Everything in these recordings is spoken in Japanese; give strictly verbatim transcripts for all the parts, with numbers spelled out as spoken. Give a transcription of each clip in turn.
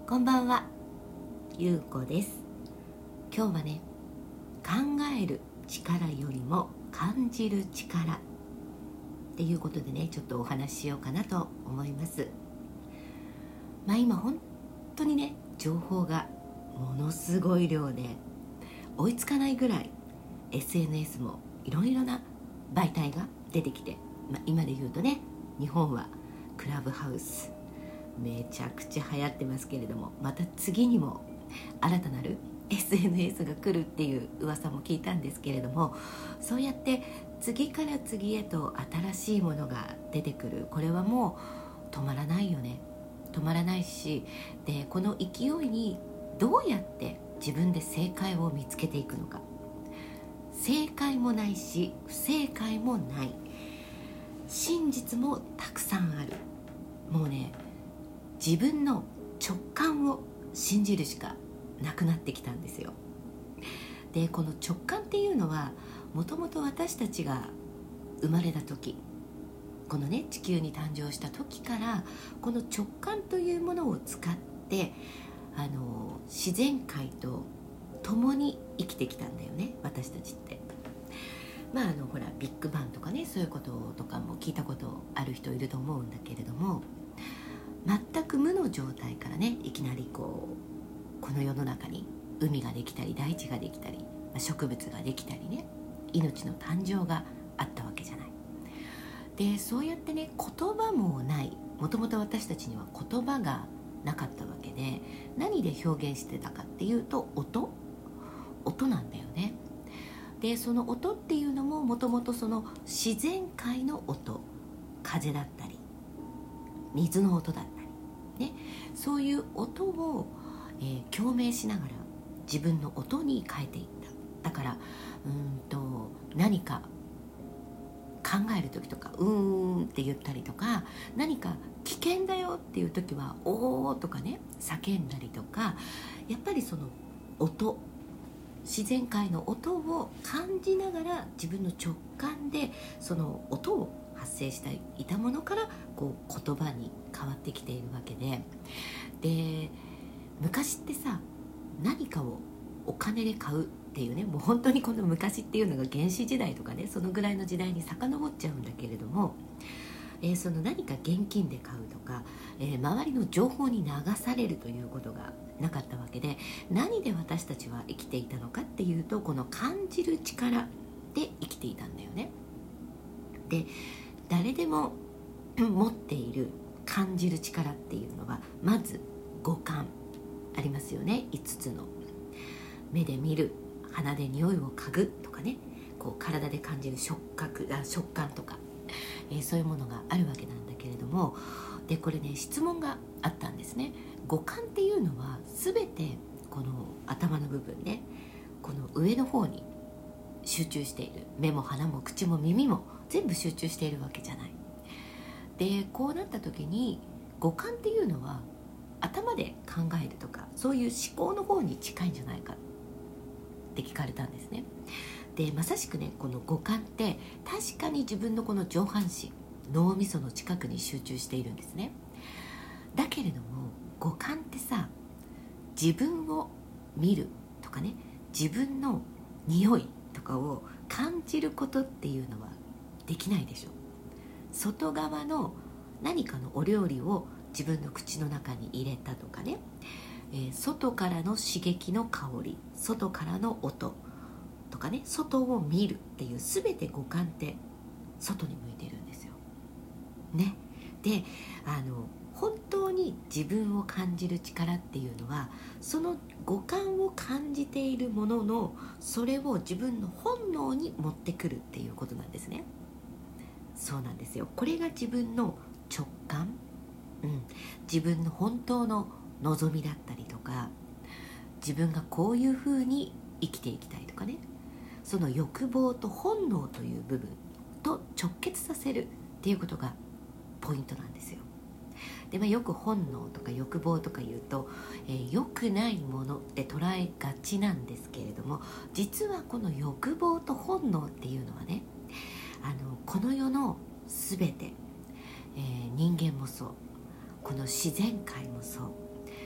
こんばんは、ゆうこです。今日はね、考える力よりも感じる力っていうことでね、ちょっとお話ししようかなと思います。まあ今本当にね、情報がものすごい量で追いつかないぐらい エスエヌエス もいろいろな媒体が出てきて、まあ、今で言うとね、日本はクラブハウスめちゃくちゃ流行ってますけれども、また次にも新たなる エスエヌエス が来るっていう噂も聞いたんですけれども、そうやって次から次へと新しいものが出てくる。これはもう止まらないよね。止まらないし、でこの勢いにどうやって自分で正解を見つけていくのか。正解もないし不正解もない、真実もたくさんある。もうね、自分の直感を信じるしかなくなってきたんですよ。でこの直感っていうのは、もともと私たちが生まれた時、このね地球に誕生した時から、この直感というものを使ってあの自然界と共に生きてきたんだよね、私たちって。まああのほらビッグバンとかね、そういうこととかも聞いたことある人いると思うんだけれども、全く無の状態からね、いきなりこうこの世の中に海ができたり大地ができたり植物ができたりね、命の誕生があったわけじゃない。でそうやってね、言葉もない、もともと私たちには言葉がなかったわけで、何で表現してたかっていうと、音音なんだよね。でその音っていうのも、もともとその自然界の音、風だったり水の音だったりね、そういう音を、えー、共鳴しながら自分の音に変えていった。だからうーんと何か考える時とか、うーんって言ったりとか、何か危険だよっていう時はおーとかね、叫んだりとか、やっぱりその音、自然界の音を感じながら、自分の直感でその音を発生していたものからこう言葉に変わってきているわけで、で昔ってさ、何かをお金で買うっていうね、もう本当にこの昔っていうのが原始時代とかね、そのぐらいの時代に遡っちゃうんだけれども、えー、その何か現金で買うとか、えー、周りの情報に流されるということがなかったわけで、何で私たちは生きていたのかっていうと、この感じる力で生きていたんだよね。で誰でも持っている感じる力っていうのは、まず五感ありますよね。いつつの目で見る、鼻で匂いを嗅ぐとかね、こう体で感じる触覚、あ食感とか、えー、そういうものがあるわけなんだけれども、でこれね、質問があったんですね。五感っていうのは全てこの頭の部分ね、この上の方に集中している。目も鼻も口も耳も全部集中しているわけじゃない。でこうなった時に、五感っていうのは頭で考えるとか、そういう思考の方に近いんじゃないかって聞かれたんですね。でまさしくね、この五感って確かに自分のこの上半身、脳みその近くに集中しているんですね。だけれども五感ってさ、自分を見るとかね、自分の匂いとかを感じることっていうのはできないでしょ。外側の何かのお料理を自分の口の中に入れたとかね、えー、外からの刺激の香り、外からの音とかね、外を見るっていう、全て五感って外に向いているんですよね。であの本当に自分を感じる力っていうのは、その五感を感じているものの、それを自分の本能に持ってくるっていうことなんですね。そうなんですよ。これが自分の直感、うん、自分の本当の望みだったりとか、自分がこういうふうに生きていきたいとかね、その欲望と本能という部分と直結させるっていうことがポイントなんですよ。で、まあ、よく本能とか欲望とか言うと、えー、良くないものって捉えがちなんですけれども、実はこの欲望と本能っていうのはね、あのこの世の全て、えー、人間もそう、この自然界もそう、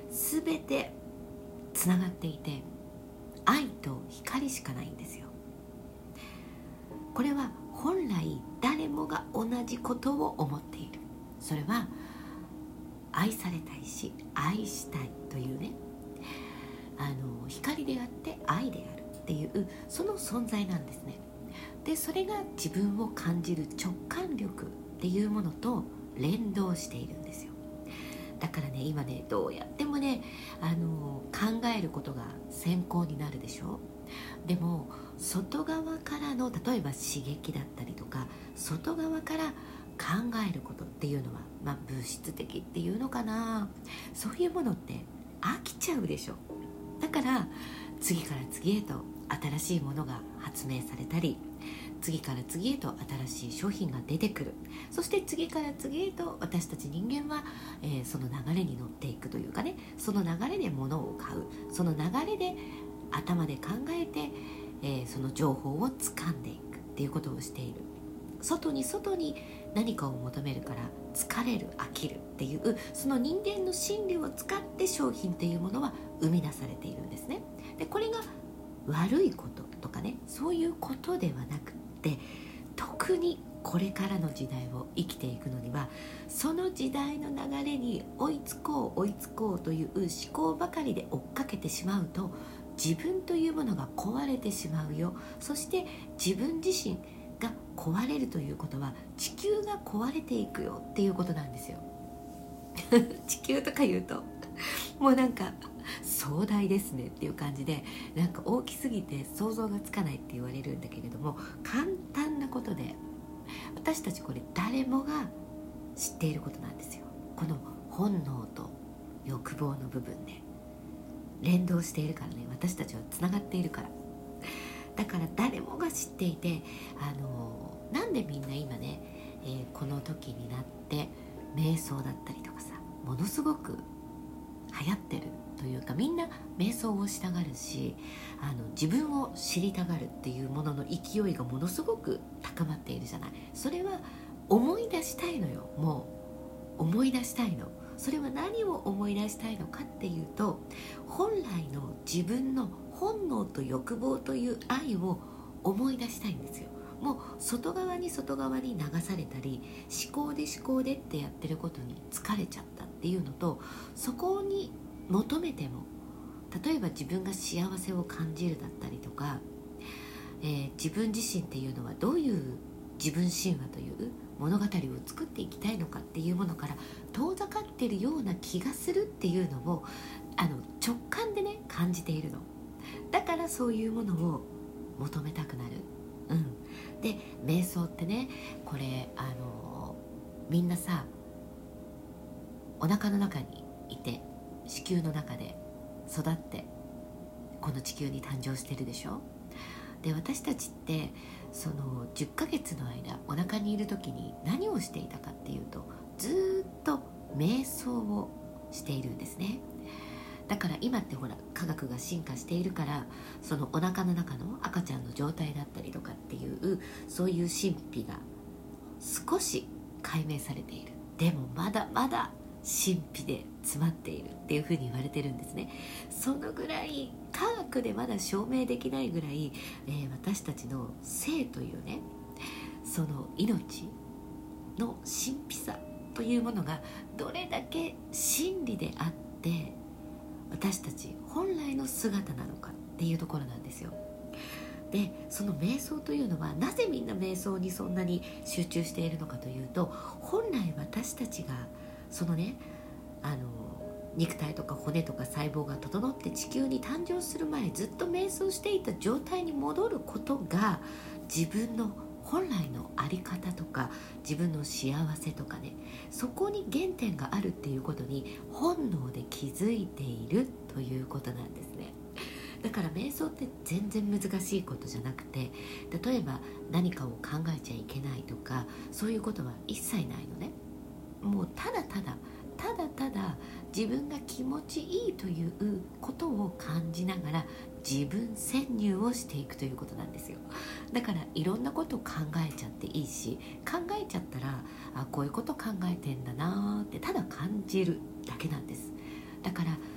全てつながっていて、愛と光しかないんですよ。これは本来誰もが同じことを思っている。それは愛されたいし愛したいというね、あの光であって愛であるっていうその存在なんですね。でそれが自分を感じる直感力っていうものと連動しているんですよ。だからね、今ねどうやってもねあの考えることが先行になるでしょ。でも外側からの例えば刺激だったりとか、外側から考えることっていうのは、まあ、物質的っていうのかな、そういうものって飽きちゃうでしょ。だから次から次へと新しいものが発明されたり、次から次へと新しい商品が出てくる。そして次から次へと私たち人間は、えー、その流れに乗っていくというかね、その流れで物を買う、その流れで頭で考えて、えー、その情報を掴んでいくっていうことをしている。外に外に何かを求めるから疲れる、飽きるっていうその人間の心理を使って商品というものは生み出されているんですね。でこれが悪いこととかね、そういうことではなくって、特にこれからの時代を生きていくのにはその時代の流れに追いつこう追いつこうという思考ばかりで追っかけてしまうと、自分というものが壊れてしまうよ。そして自分自身が壊れるということは地球が壊れていくよっていうことなんですよ。地球とか言うともうなんか壮大ですねっていう感じで、なんか大きすぎて想像がつかないって言われるんだけれども、簡単なことで私たちこれ誰もが知っていることなんですよ。この本能と欲望の部分で連動しているからね、私たちはつながっているから。だから誰もが知っていて、あのなんでみんな今ね、えー、この時になって瞑想だったりとかさ、ものすごく流行ってるというか、みんな瞑想をしたがるし、あの自分を知りたがるっていうものの勢いがものすごく高まっているじゃない。それは思い出したいのよ。もう思い出したいの。それは何を思い出したいのかっていうと、本来の自分の本能と欲望という愛を思い出したいんですよ。もう外側に外側に流されたり、思考で思考でってやってることに疲れちゃったっていうのと、そこに求めても、例えば自分が幸せを感じるだったりとか、えー、自分自身っていうのはどういう自分神話という物語を作っていきたいのかっていうものから遠ざかっているような気がするっていうのをあの直感でね感じているの。だからそういうものを求めたくなる。うん、で瞑想ってね、これあのみんなさ、お腹の中にいて子宮の中で育ってこの地球に誕生してるでしょ。で私たちってそのじゅっかげつの間お腹にいる時に何をしていたかっていうと、ずっと瞑想をしているんですね。だから今ってほら科学が進化しているから、そのお腹の中の赤ちゃんの状態だったりとかっていうそういう神秘が少し解明されている。でもまだまだ神秘で詰まっているっていうふうに言われてるんですね。そのぐらい科学でまだ証明できないぐらい、えー、私たちの生というね、その命の神秘さというものがどれだけ真理であって私たち本来の姿なのかっていうところなんですよ。でその瞑想というのはなぜみんな瞑想にそんなに集中しているのかというと、本来私たちがそのねあの肉体とか骨とか細胞が整って地球に誕生する前ずっと瞑想していた状態に戻ることが自分の本来の在り方とか自分の幸せとかね、そこに原点があるっていうことに本能で気づいているということなんですね。だから瞑想って全然難しいことじゃなくて、例えば何かを考えちゃいけないとかそういうことは一切ないのね。もうただただただただ自分が気持ちいいということを感じながら自分潜入をしていくということなんですよ。だからいろんなことを考えちゃっていいし、考えちゃったらあこういうこと考えてんだなってただ感じるだけなんです。だから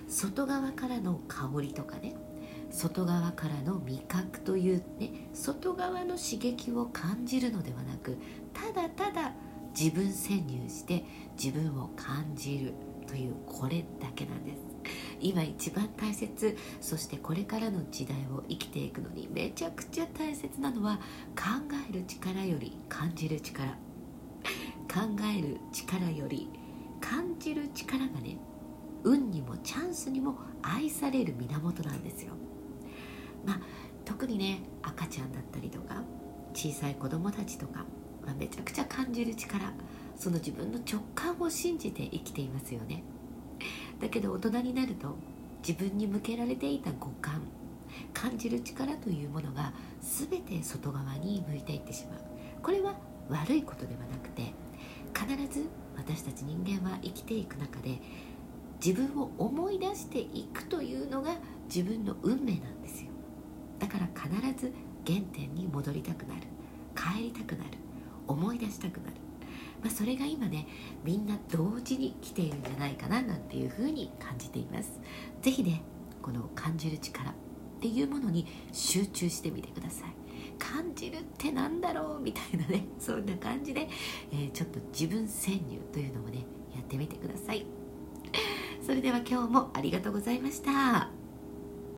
外側からの香りとかね、外側からの味覚というね、外側の刺激を感じるのではなく、ただただ自分潜入して自分を感じるという、これだけなんです。今一番大切、そしてこれからの時代を生きていくのにめちゃくちゃ大切なのは、考える力より感じる力、考える力より感じる力がね、運にもチャンスにも愛される源なんですよ。まあ特にね、赤ちゃんだったりとか小さい子供たちとか、まあ、めちゃくちゃ感じる力、その自分の直感を信じて生きていますよね。だけど大人になると、自分に向けられていた五感、感じる力というものが全て外側に向いていってしまう。これは悪いことではなくて、必ず私たち人間は生きていく中で自分を思い出していくというのが自分の運命なんですよ。だから必ず原点に戻りたくなる、帰りたくなる、思い出したくなる、まあ、それが今ね、みんな同時に来ているんじゃないかななんていうふうに感じています。ぜひね、この感じる力っていうものに集中してみてください。感じるってなんだろうみたいなね、そんな感じで、えー、ちょっと自分潜入というのもね、やってみてください。それでは今日もありがとうございました。